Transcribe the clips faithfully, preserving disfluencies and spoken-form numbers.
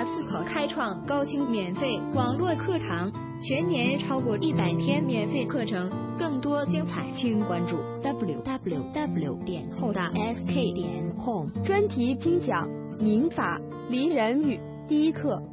大思考开创高清免费网络课堂，全年超过一百天免费课程，更多精彩请关注 w w w 点后大 s k 点 com 专题精讲民法俚人语第一课。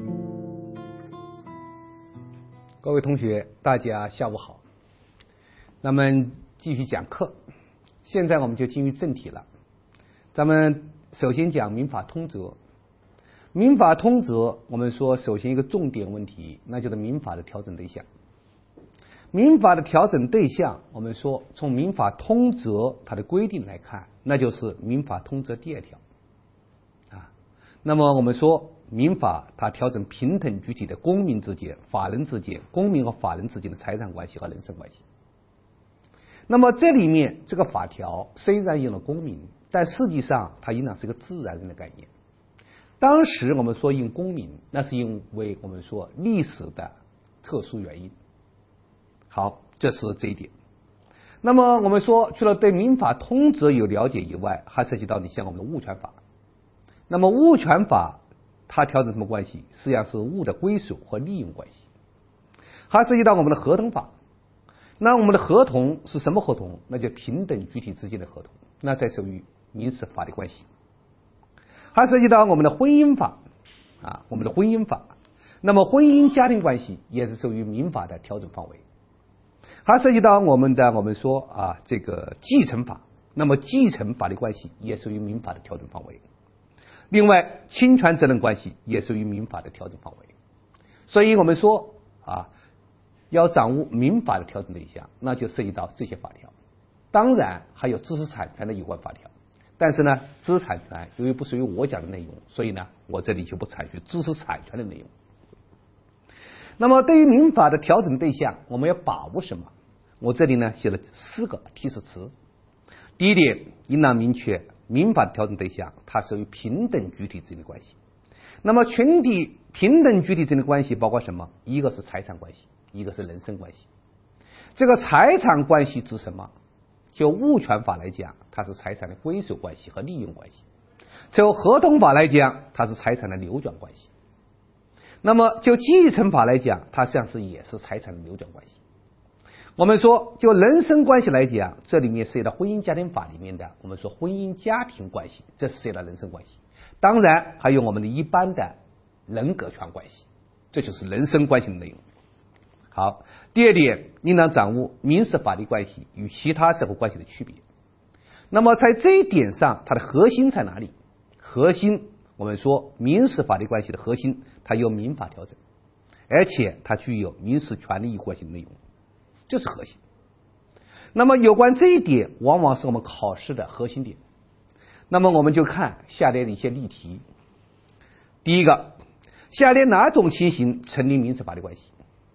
各位同学，大家下午好。那么继续讲课，现在我们就进入正题了。咱们首先讲民法通则。民法通则，我们说首先一个重点问题，那就是民法的调整对象。民法的调整对象，我们说从民法通则它的规定来看，那就是民法通则第二条啊。那么我们说民法它调整平等具体的公民之间、法人之间、公民和法人之间的财产关系和人身关系。那么这里面这个法条虽然用了公民，但实际上它应当是一个自然人的概念。当时我们说用公民，那是因为我们说历史的特殊原因。好，这是这一点。那么我们说除了对民法通则有了解以外，还涉及到你像我们的物权法。那么物权法它调整什么关系？实际上是物的归属和利用关系。还涉及到我们的合同法。那我们的合同是什么合同？那就平等具体之间的合同，那才属于民事法律关系。还涉及到我们的婚姻法啊，我们的婚姻法。那么婚姻家庭关系也是属于民法的调整范围。还涉及到我们的我们说啊这个继承法，那么继承法律关系也属于民法的调整范围。另外侵权责任关系也属于民法的调整范围。所以我们说啊要掌握民法的调整对象，那就涉及到这些法条。当然还有知识产权的有关法条。但是呢，知识产权由于不属于我讲的内容，所以呢，我这里就不采取知识产权的内容。那么对于民法的调整对象，我们要把握什么？我这里呢写了四个提示词。第一点，应当明确民法的调整对象，它属于平等具体之间的关系。那么群体平等具体之间的关系包括什么？一个是财产关系，一个是人身关系。这个财产关系指什么？就物权法来讲，它是财产的归属关系和利用关系；就合同法来讲，它是财产的流转关系。那么就继承法来讲，它实际上是也是财产的流转关系。我们说就人身关系来讲，这里面涉及到婚姻家庭法里面的我们说婚姻家庭关系，这是涉及到人身关系。当然还有我们的一般的人格权关系，这就是人身关系的内容。好，第二点，应当掌握民事法律关系与其他社会关系的区别。那么在这一点上，它的核心在哪里？核心我们说民事法律关系的核心，它由民法调整，而且它具有民事权利义务关系的内容，这是核心。那么有关这一点，往往是我们考试的核心点。那么我们就看下列的一些例题。第一个，下列哪种情形成立民事法律关系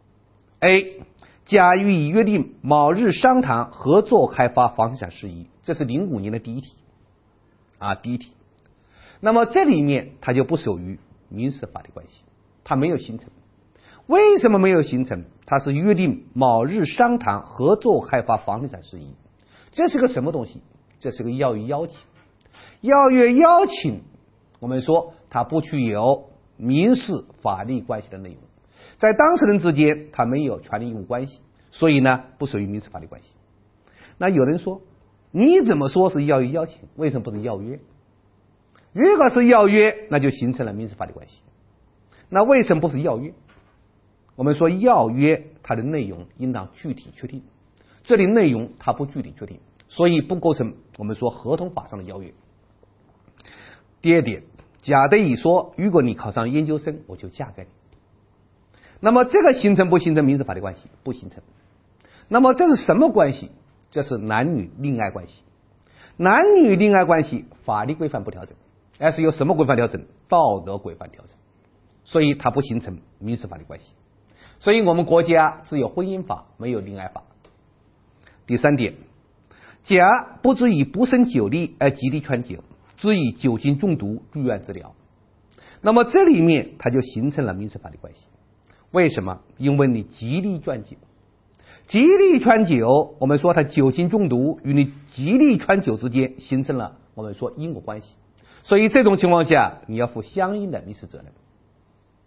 ？A. 甲予以约定某日商谈合作开发房地产事宜，这是零五年的第一题啊，第一题。那么这里面它就不属于民事法律关系，它没有形成。为什么没有形成？它是约定某日商谈合作开发房地产事宜，这是个什么东西？这是个要约邀请。要约邀请，我们说它不具有民事法律关系的内容。在当事人之间，他没有权利义务关系，所以呢，不属于民事法律关系。那有人说，你怎么说是要约邀请？为什么不是要约？如果是要约，那就形成了民事法律关系。那为什么不是要约？我们说要约，它的内容应当具体确定，这里内容它不具体确定，所以不构成我们说合同法上的要约。第二点，甲对乙说，如果你考上研究生，我就嫁给你。那么这个形成不形成民事法律关系？不形成。那么这是什么关系？这是男女恋爱关系。男女恋爱关系法律规范不调整，而是由什么规范调整？道德规范调整，所以它不形成民事法律关系。所以我们国家只有婚姻法，没有恋爱法。第三点，甲不知以不胜酒力而极力劝酒，致以酒精中毒入院治疗，那么这里面它就形成了民事法律关系。为什么？因为你极力劝酒，极力劝酒，我们说它酒精中毒与你极力劝酒之间形成了我们说因果关系，所以这种情况下你要负相应的民事责任。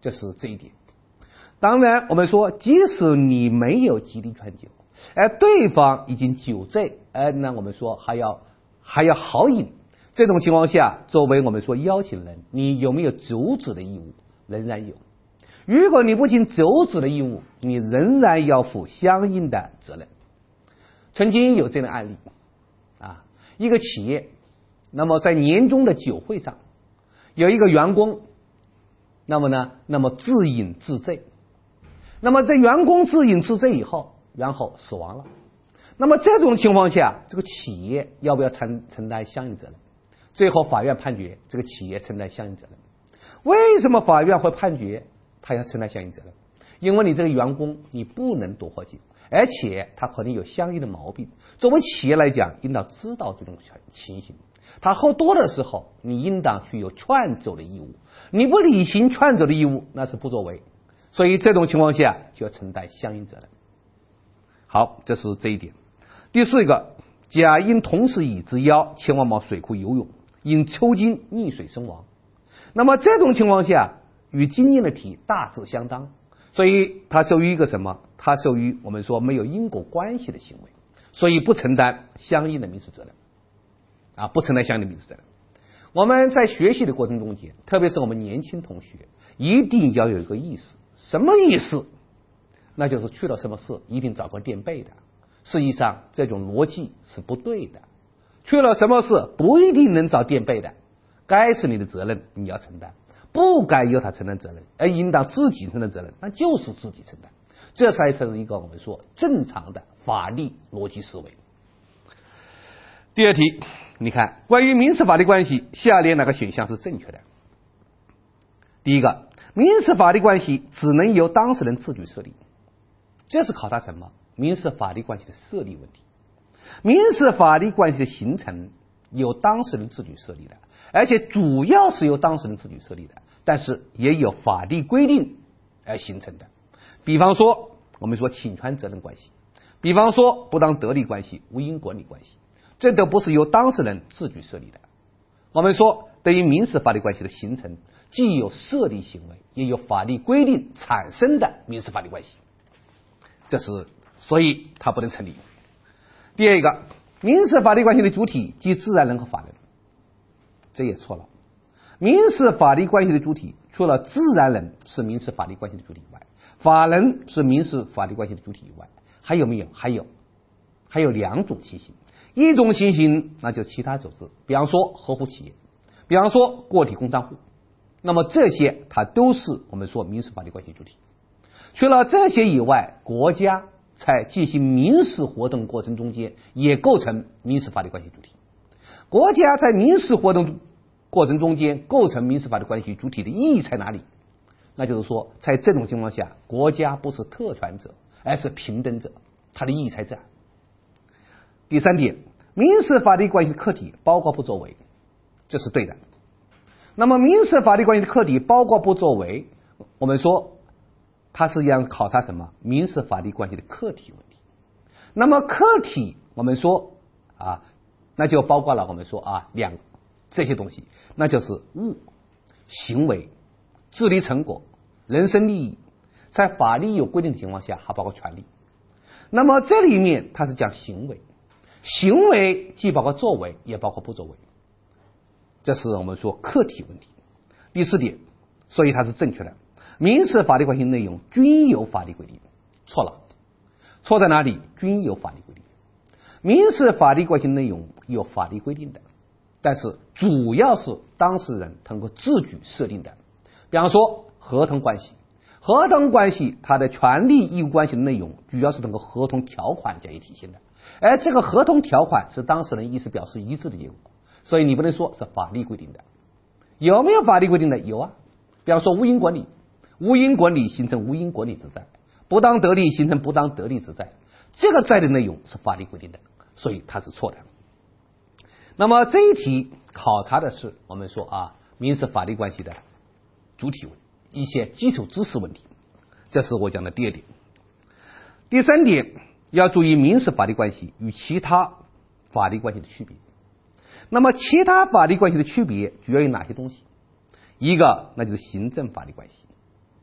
这是这一点。当然我们说即使你没有极力劝酒，而对方已经酒醉，而那我们说还要还要豪饮，这种情况下，作为我们说邀请人，你有没有阻止的义务？仍然有。如果你不尽阻止的义务，你仍然要负相应的责任。曾经有这样的案例啊，一个企业，那么在年终的酒会上，有一个员工，那么呢，那么自饮自醉，那么在员工自饮自醉以后，然后死亡了。那么这种情况下，这个企业要不要承承担相应责任？最后法院判决这个企业承担相应责任。为什么法院会判决他要承担相应责任？因为你这个员工你不能多喝酒，而且他可能有相应的毛病。作为企业来讲，应当知道这种情形。他喝多的时候，你应当具有劝走的义务。你不履行劝走的义务，那是不作为。所以这种情况下就要承担相应责任。好，这是这一点。第四个，甲因同时已之邀前往某水库游泳，因抽筋溺水身亡。那么这种情况下与经验的体大致相当，所以它属于一个什么？它属于我们说没有因果关系的行为，所以不承担相应的民事责任啊，不承担相应的民事责任。我们在学习的过程中间，特别是我们年轻同学，一定要有一个意识。什么意思？那就是去了什么事一定找个垫背的。实际上这种逻辑是不对的。去了什么事不一定能找垫背的，该是你的责任你要承担，不该由他承担责任，而应当自己承担责任，那就是自己承担。这才是一个我们说正常的法律逻辑思维。第二题，你看关于民事法律关系，下列哪个选项是正确的？第一个，民事法律关系只能由当事人自举设立，这是考察什么？民事法律关系的设立问题。民事法律关系的形成由当事人自举设立的，而且主要是由当事人自举设立的，但是也有法律规定而形成的。比方说我们说侵权责任关系，比方说不当得利关系、无因管理关系，这都不是由当事人自举设立的。我们说对于民事法律关系的形成，既有设立行为，也有法律规定产生的民事法律关系，这是所以它不能成立。第二个，民事法律关系的主体即自然人和法人，这也错了。民事法律关系的主体除了自然人是民事法律关系的主体以外，法人是民事法律关系的主体以外，还有没有？还有，还有两种情形。一种情形那就其他组织，比方说合伙企业，比方说个体工商户，那么这些它都是我们说民事法律关系主体。除了这些以外，国家在进行民事活动过程中间也构成民事法律关系主体。国家在民事活动过程中间构成民事法律关系主体的意义在哪里？那就是说在这种情况下，国家不是特权者，而是平等者，它的意义在这。第三点，民事法律关系的客体包括不作为，这是对的。那么民事法律关系的客体包括不作为，我们说它实际上考察什么？民事法律关系的客体问题。那么客体我们说啊，那就包括了我们说啊两这些东西，那就是物、行为、智力成果、人身利益，在法律有规定的情况下还包括权利。那么这里面它是讲行为，行为既包括作为也包括不作为，这是我们说客体问题。第四点，所以它是正确的，民事法律关系内容均有法律规定。错了，错在哪里？均有法律规定。民事法律关系内容有法律规定的，但是主要是当事人通过自举设定的。比方说合同关系，合同关系它的权利义务关系的内容主要是通过合同条款加以体现的，而这个合同条款是当事人意思表示一致的结果，所以你不能说是法律规定的。有没有法律规定的？有啊。比方说无因管理，无因管理形成无因管理之债，不当得利形成不当得利之债，这个债的内容是法律规定的，所以它是错的。那么这一题考察的是我们说啊民事法律关系的主体一些基础知识问题，这是我讲的第二点。第三点，要注意民事法律关系与其他法律关系的区别。那么其他法律关系的区别主要有哪些东西？一个那就是行政法律关系，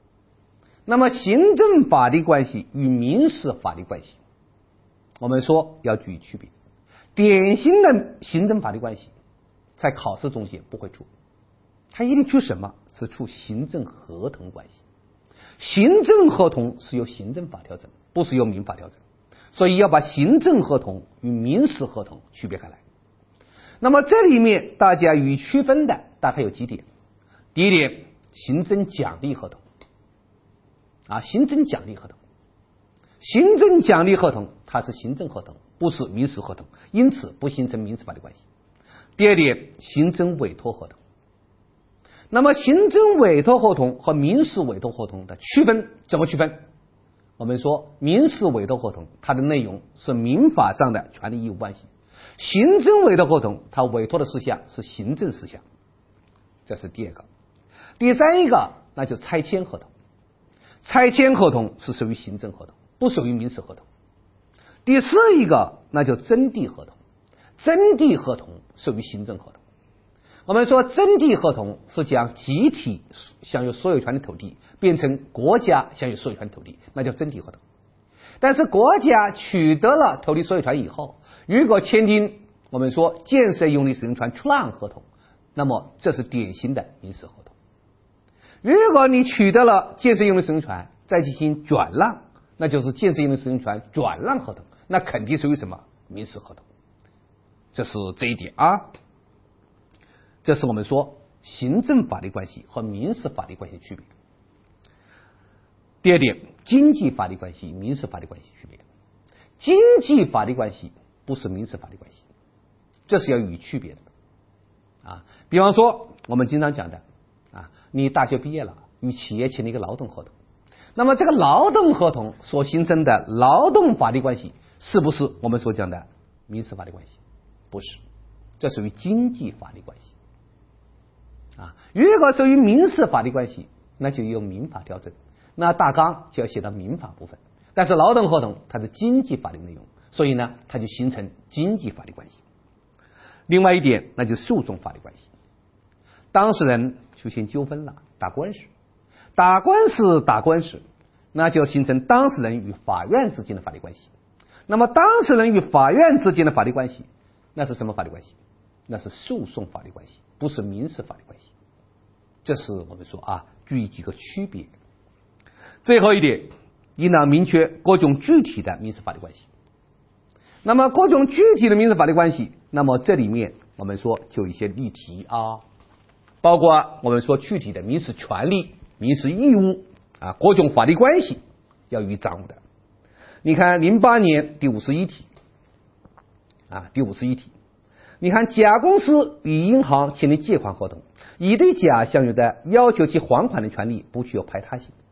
那么行政法律关系与民事法律关系，我们说要注意区别。典型的行政法律关系在考试中间不会出，它一定出什么？是出行政合同关系。行政合同是由行政法调整，不是由民法调整，所以要把行政合同与民事合同区别开来。那么这里面大家予以区分的大概有几点。第一点，行政奖励合同啊，行政奖励合同，行政奖励合同它是行政合同，不是民事合同，因此不形成民事法律关系。第二点，行政委托合同。那么行政委托合同和民事委托合同的区分怎么区分？我们说民事委托合同它的内容是民法上的权利义务关系，行政委托合同它委托的事项是行政事项，这是第二个。第三一个那就是拆迁合同，拆迁合同是属于行政合同，不属于民事合同。第四一个那就征地合同，征地合同属于行政合同。我们说征地合同是将集体享有所有权的土地变成国家享有所有权的土地，那叫征地合同。但是国家取得了土地所有权以后，如果签订我们说建设用地使用权出让合同，那么这是典型的民事合同。如果你取得了建设用地使用权再进行转让，那就是建设用地使用权转让合同，那肯定属于什么？民事合同。这是这一点啊。这是我们说行政法律关系和民事法律关系的区别。第二点，经济法律关系与民事法律关系区别。经济法律关系不是民事法律关系，这是要有区别的啊。比方说我们经常讲的啊，你大学毕业了，与企业签了一个劳动合同，那么这个劳动合同所形成的劳动法律关系是不是我们所讲的民事法律关系？不是，这属于经济法律关系啊。如果属于民事法律关系，那就由民法调整，那大纲就要写到民法部分。但是劳动合同它是经济法律内容，所以呢它就形成经济法律关系。另外一点那就是诉讼法律关系，当事人出现纠纷了，打官司打官司打官司那就形成当事人与法院之间的法律关系。那么当事人与法院之间的法律关系，那是什么法律关系？那是诉讼法律关系，不是民事法律关系。这是我们说啊，注意几个区别。最后一点，应当明确各种具体的民事法律关系。那么各种具体的民事法律关系，那么这里面我们说就有一些例题啊，包括我们说具体的民事权利、民事义务啊，各种法律关系要予以掌握的。你看零八年第五十一题啊，第五十一题，你看甲公司与银行签订借款合同，乙对甲享有的要求其还款的权利不具有排他性。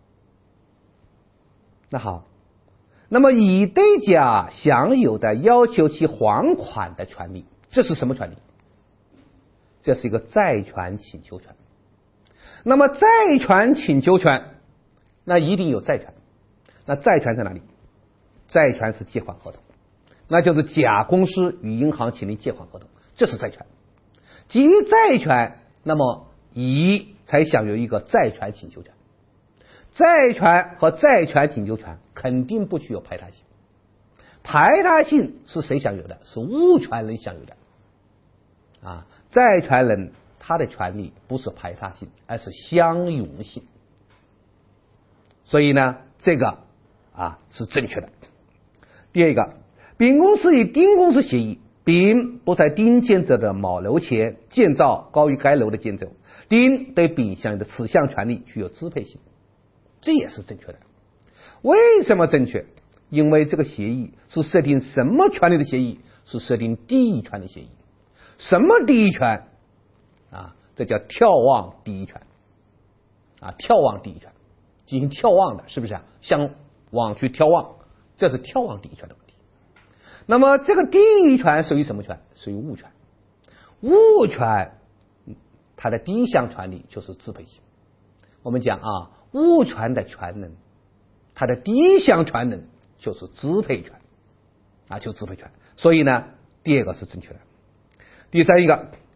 那好，那么乙对甲享有的要求其还款的权利，这是什么权利？这是一个债权请求权。那么债权请求权，那一定有债权。那债权在哪里？债权是借款合同，那就是甲公司与银行签订借款合同，这是债权。基于债权，那么乙才享有一个债权请求权。债权和债权请求权肯定不具有排他性，排他性是谁享有的？是物权人享有的啊。债权人他的权利不是排他性，而是相容性。所以呢，这个啊是正确的。第二个，丙公司与丁公司协议，丙不在丁建造的某楼前建造高于该楼的建筑，丁对丙享有的此项权利具有支配性，这也是正确的。为什么正确？因为这个协议是设定什么权利的协议？是设定第一权的协议。什么第一权啊？这叫眺望第一权啊，眺望第一权，进行眺望的，是不是啊？向往去眺望，这是眺望第一权的问题。那么这个第一权属于什么权？属于物权。物权它的第一项权利就是支配性。我们讲啊，物权的权能，它的第一项权能就是支配权啊，就支配权。所以呢，第二个是正确的。第三一个，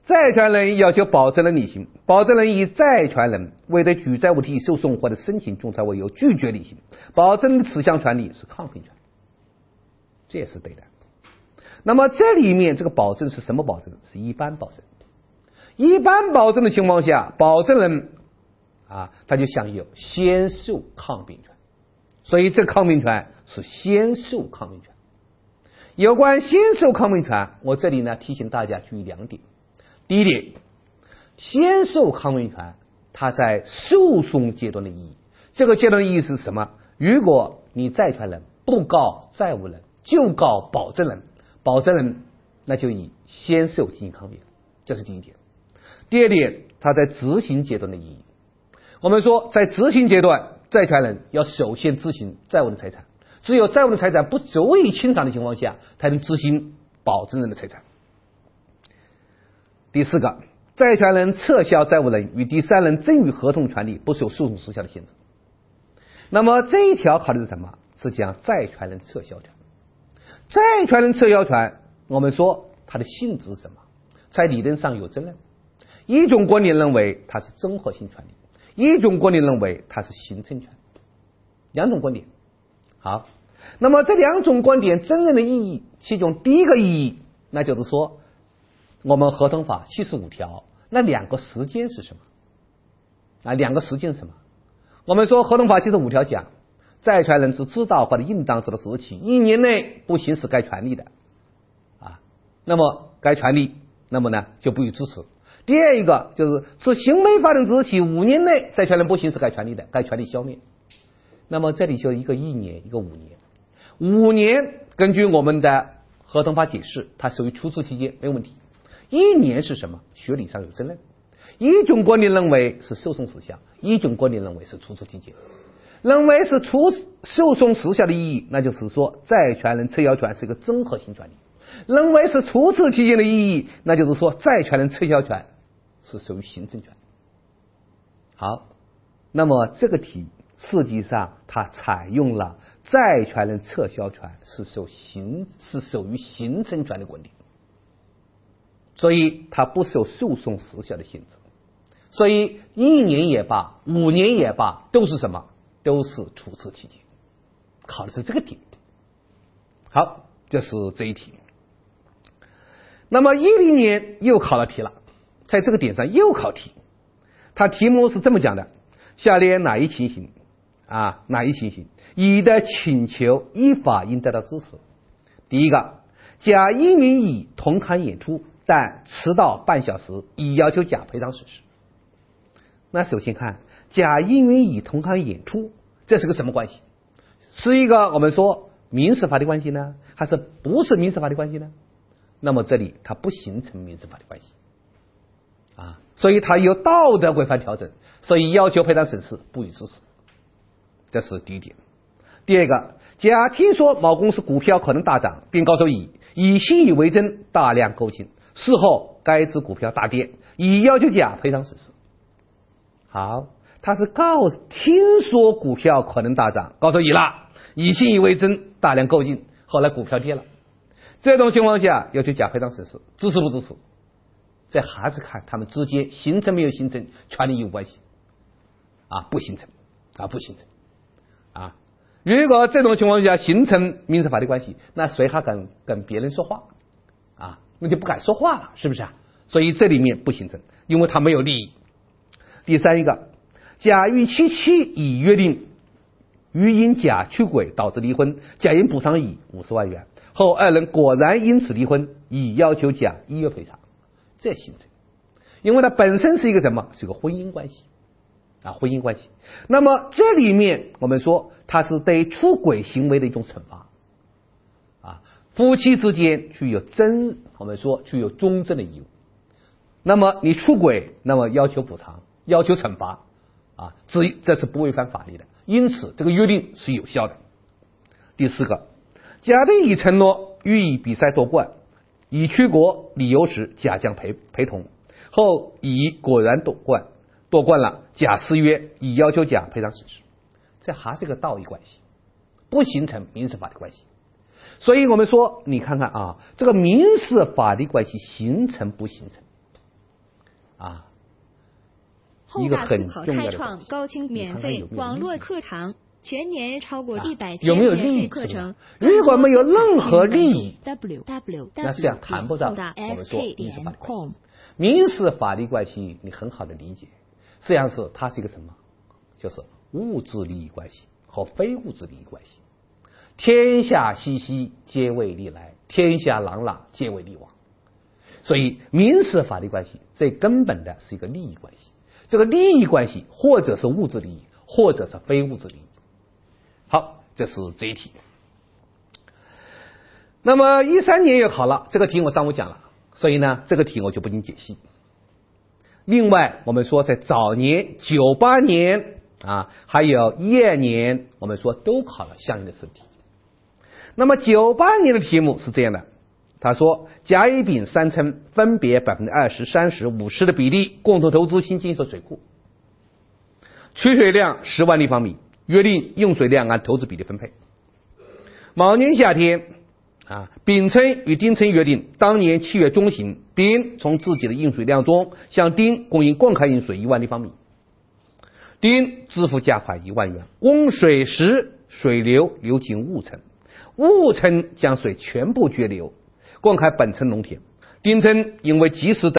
债权人要求保证人履行，保证人以债权人为对举债务提起诉讼或者申请仲裁为由拒绝履行，保证人的此项权利是抗辩权，这也是对的。那么这里面这个保证是什么保证？是一般保证。一般保证的情况下，保证人啊他就享有先受抗辩权，所以这个抗辩权是先受抗辩权。有关先受抗辩权，我这里呢提醒大家注意两点。第一点，先受抗辩权它在诉讼阶段的意义，这个阶段的意义是什么？如果你债权人不告债务人，就告保证人，保证人那就以先受进行抗辩，这是第一点。第二点，它在执行阶段的意义。我们说在执行阶段，债权人要首先执行债务人的财产，只有债务人的财产不足以清偿的情况下，才能执行保证人的财产。第四个，债权人撤销债务人与第三人赠与合同权利不受诉讼时效的限制。那么这一条考虑是什么？是讲债权人撤销权。债权人撤销权，我们说它的性质是什么？在理论上有争论。一种观点认为它是综合性权利，一种观点认为它是形成权，两种观点。好，那么这两种观点争论的意义，其中第一个意义，那就是说我们合同法七十五条那两个时间是什么？啊，两个时间是什么？我们说合同法七十五条讲，债权人是知道或者应当知道之日起一年内不行使该权利的啊，那么该权利那么呢就不予支持。第二一个就是是行为发生之日起五年内债权人不行使该权利的，该权利消灭。那么这里就一个一年，一个五年。五年根据我们的合同法解释，它属于处置期间，没有问题。一年是什么？学理上有争论。一种观点认为是诉讼时效，一种观点认为是处置期间。认为是处诉讼时效的意义，那就是说债权人撤销权是一个综合性权利。认为是处置期间的意义，那就是说债权人撤销权是属于行政权。好，那么这个题实际上它采用了债权人撤销权是受行是属于行政权的观点，所以它不受诉讼时效的限制。所以一年也罢，五年也罢，都是什么？都是处置期间。考的是这个点。好，这是这一题。那么一零年又考了题了，在这个点上又考题。它题目是这么讲的：下列哪一情形啊？哪一情形乙的请求依法应得到支持？第一个，甲因与乙同场演出，但迟到半小时，乙要求甲赔偿损失。那首先看甲因与乙同场演出，这是个什么关系？是一个我们说民事法的关系呢，还是不是民事法的关系呢？那么这里它不形成民事法的关系啊，所以它有道德规范调整，所以要求赔偿损失不予支持。这是第一点。第二个，甲听说某公司股票可能大涨，并告诉乙，乙信以为真，大量购进，事后该只股票大跌，乙要求甲赔偿损失。好，他是告听说股票可能大涨，告诉乙了，乙信以为真，大量购进，后来股票跌了。这种情况下要求甲赔偿损失，支持不支持？这还是看他们之间形成没有形成权利义务关系啊，不形成啊，不形成啊。如果这种情况下形成民事法的关系，那谁还敢跟别人说话啊？那就不敢说话了，是不是啊？所以这里面不形成，因为他没有利益。第三一个，甲与其妻乙约定，乙因甲出轨导致离婚，甲应补偿乙五十万元，后二人果然因此离婚，乙要求甲一月赔偿，这形成，因为它本身是一个什么？是一个婚姻关系啊，婚姻关系。那么这里面我们说它是对出轨行为的一种惩罚啊，夫妻之间具有真我们说具有忠贞的义务。那么你出轨，那么要求补偿，要求惩罚啊，这这是不违反法律的，因此这个约定是有效的。第四个，甲对乙承诺予以比赛夺冠，乙出国理由时，甲将陪陪同，后乙果然夺冠，夺冠了，甲失约，乙要求甲赔偿损失，这还是个道义关系，不形成民事法的关系。所以我们说，你看看啊，这个民事法律关系形成不形成啊， 后大思考开创高清免费网络课堂，全年超过一百天免费课程。 如果没有任何利益， w w w 那实际上谈不上我们说 s k 民事法律 com。 民事法律关系你很好的理解，实际上是它是一个什么？就是物质利益关系和非物质利益关系。天下熙熙，皆为利来；天下攘攘，皆为利往。所以民事法律关系最根本的是一个利益关系，这个利益关系或者是物质利益，或者是非物质利益。好，这是这一题。那么一三年也考了，这个题我上午讲了，所以呢这个题我就不进解析。另外我们说在早年九八年啊，还有一二年我们说都考了相应的试题。那么九八年的题目是这样的，他说甲乙丙三称分别百分之二十、三十、五十的比例共同投资新建设水库，取水量十万立方米，约定用水量按投资比例分配。某年夏天啊，丙称与丁称约定，当年七月中旬，丙从自己的用水量中向丁供应灌溉用水一万立方米，丁支付价款一万元，供水时水流流进戊称，戊称将水全部绝流，灌溉本称农田。丁称因为及时